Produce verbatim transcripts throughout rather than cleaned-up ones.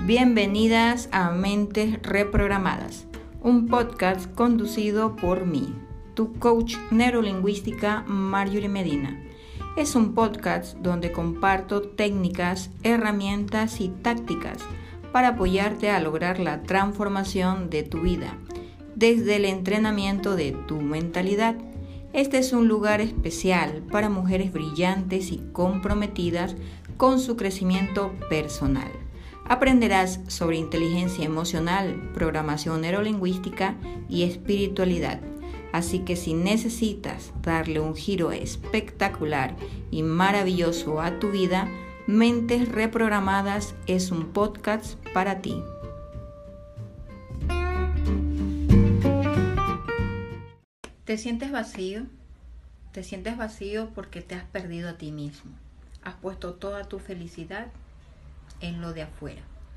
Bienvenidas a Mentes Reprogramadas, un podcast conducido por mí, tu coach neurolingüística Marjorie Medina. Es un podcast donde comparto técnicas, herramientas y tácticas para apoyarte a lograr la transformación de tu vida, desde el entrenamiento de tu mentalidad. Este es un lugar especial para mujeres brillantes y comprometidas con su crecimiento personal. Aprenderás sobre inteligencia emocional, programación neurolingüística y espiritualidad. Así que si necesitas darle un giro espectacular y maravilloso a tu vida, Mentes Reprogramadas es un podcast para ti. ¿Te sientes vacío? ¿Te sientes vacío porque te has perdido a ti mismo? ¿Has puesto toda tu felicidad en lo de afuera?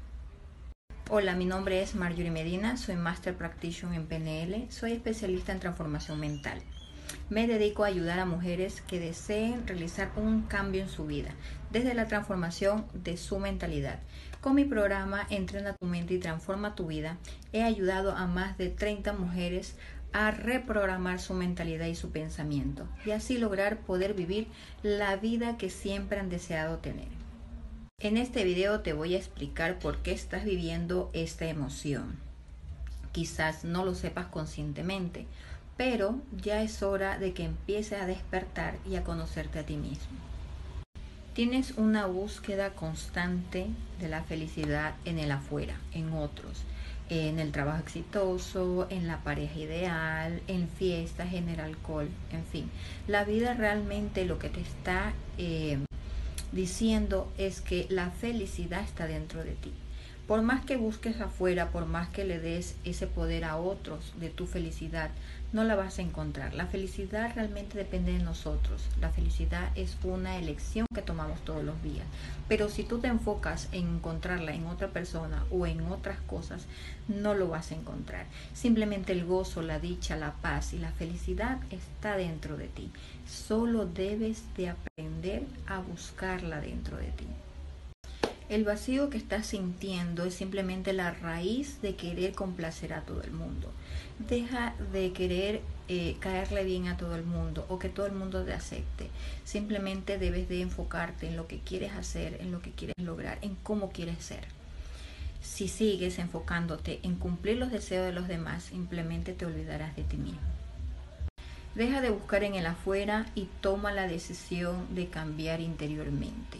Hola, mi nombre es Marjorie Medina, soy Master Practitioner en P N L, soy especialista en transformación mental. Me dedico a ayudar a mujeres que deseen realizar un cambio en su vida, desde la transformación de su mentalidad. Con mi programa Entrena tu mente y transforma tu vida, he ayudado a más de treinta mujeres a reprogramar su mentalidad y su pensamiento, y así lograr poder vivir la vida que siempre han deseado tener. En este video te voy a explicar por qué estás viviendo esta emoción. Quizás no lo sepas conscientemente, pero ya es hora de que empieces a despertar y a conocerte a ti mismo. Tienes una búsqueda constante de la felicidad en el afuera, en otros, en el trabajo exitoso, en la pareja ideal, en fiestas, en el alcohol, en fin. La vida realmente lo que te está eh, diciendo es que la felicidad está dentro de ti. Por más que busques afuera, por más que le des ese poder a otros de tu felicidad, no la vas a encontrar. La felicidad realmente depende de nosotros. La felicidad es una elección que tomamos todos los días. Pero si tú te enfocas en encontrarla en otra persona o en otras cosas, no lo vas a encontrar. Simplemente el gozo, la dicha, la paz y la felicidad está dentro de ti. Solo debes de aprender a buscarla dentro de ti. El vacío que estás sintiendo es simplemente la raíz de querer complacer a todo el mundo. Deja de querer eh, caerle bien a todo el mundo o que todo el mundo te acepte. Simplemente debes de enfocarte en lo que quieres hacer, en lo que quieres lograr, en cómo quieres ser. Si sigues enfocándote en cumplir los deseos de los demás, simplemente te olvidarás de ti mismo. Deja de buscar en el afuera y toma la decisión de cambiar interiormente.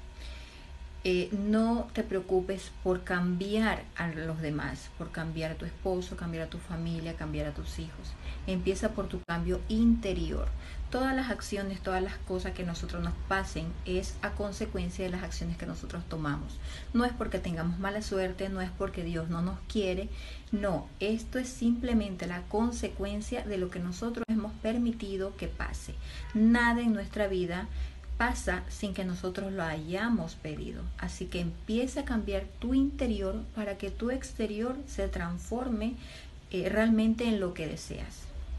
Eh, no te preocupes por cambiar a los demás, por cambiar a tu esposo, cambiar a tu familia, cambiar a tus hijos. Empieza por tu cambio interior. Todas las acciones, todas las cosas que nosotros nos pasen es a consecuencia de las acciones que nosotros tomamos. No es porque tengamos mala suerte, no es porque Dios no nos quiere. No, esto es simplemente la consecuencia de lo que nosotros hemos permitido que pase. Nada en nuestra vida pasa sin que nosotros lo hayamos pedido. Así que empieza a cambiar tu interior para que tu exterior se transforme eh, realmente en lo que deseas.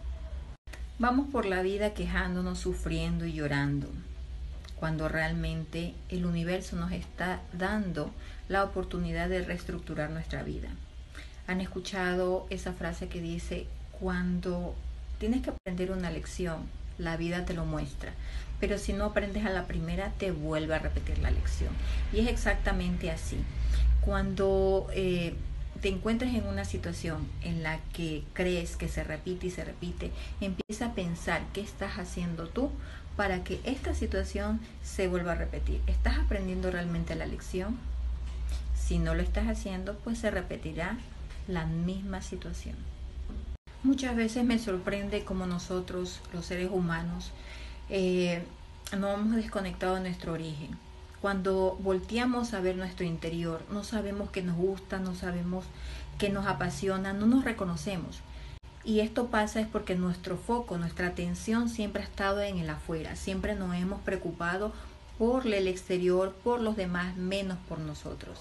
Vamos por la vida quejándonos, sufriendo y llorando, cuando realmente el universo nos está dando la oportunidad de reestructurar nuestra vida. ¿Han escuchado esa frase que dice, cuando tienes que aprender una lección, la vida te lo muestra? Pero si no aprendes a la primera, te vuelve a repetir la lección. Y es exactamente así. Cuando eh, te encuentres en una situación en la que crees que se repite y se repite, empieza a pensar qué estás haciendo tú para que esta situación se vuelva a repetir. ¿Estás aprendiendo realmente la lección? Si no lo estás haciendo, pues se repetirá la misma situación. Muchas veces me sorprende cómo nosotros, los seres humanos, Eh, no hemos desconectado de nuestro origen. Cuando volteamos a ver nuestro interior, no sabemos qué nos gusta, no sabemos qué nos apasiona, no nos reconocemos. Y esto pasa es porque nuestro foco, nuestra atención siempre ha estado en el afuera. Siempre nos hemos preocupado por el exterior, por los demás, menos por nosotros.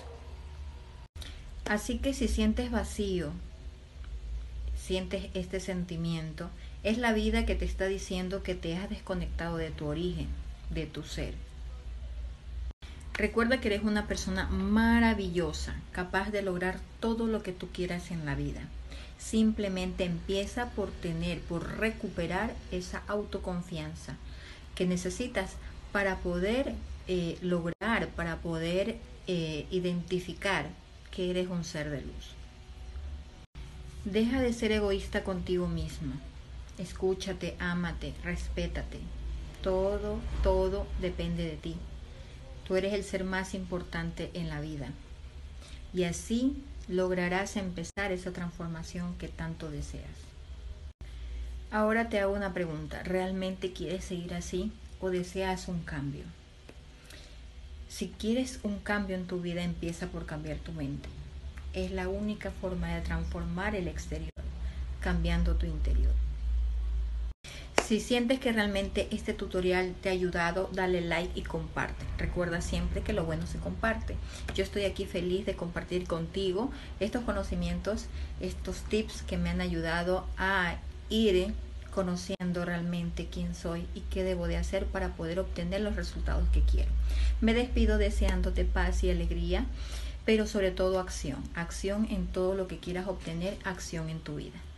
Así que si sientes vacío, sientes este sentimiento, es la vida que te está diciendo que te has desconectado de tu origen, de tu ser. Recuerda que eres una persona maravillosa, capaz de lograr todo lo que tú quieras en la vida. Simplemente empieza por tener, por recuperar esa autoconfianza que necesitas para poder eh, lograr, para poder eh, identificar que eres un ser de luz. Deja de ser egoísta contigo mismo. Escúchate, ámate, respétate. Todo, todo depende de ti. Tú eres el ser más importante en la vida. Y así lograrás empezar esa transformación que tanto deseas. Ahora te hago una pregunta. ¿Realmente quieres seguir así o deseas un cambio? Si quieres un cambio en tu vida, empieza por cambiar tu mente. Es la única forma de transformar el exterior, cambiando tu interior. Si sientes que realmente este tutorial te ha ayudado, dale like y comparte. Recuerda siempre que lo bueno se comparte. Yo estoy aquí feliz de compartir contigo estos conocimientos, estos tips que me han ayudado a ir conociendo realmente quién soy y qué debo de hacer para poder obtener los resultados que quiero. Me despido deseándote paz y alegría, pero sobre todo acción. Acción en todo lo que quieras obtener, acción en tu vida.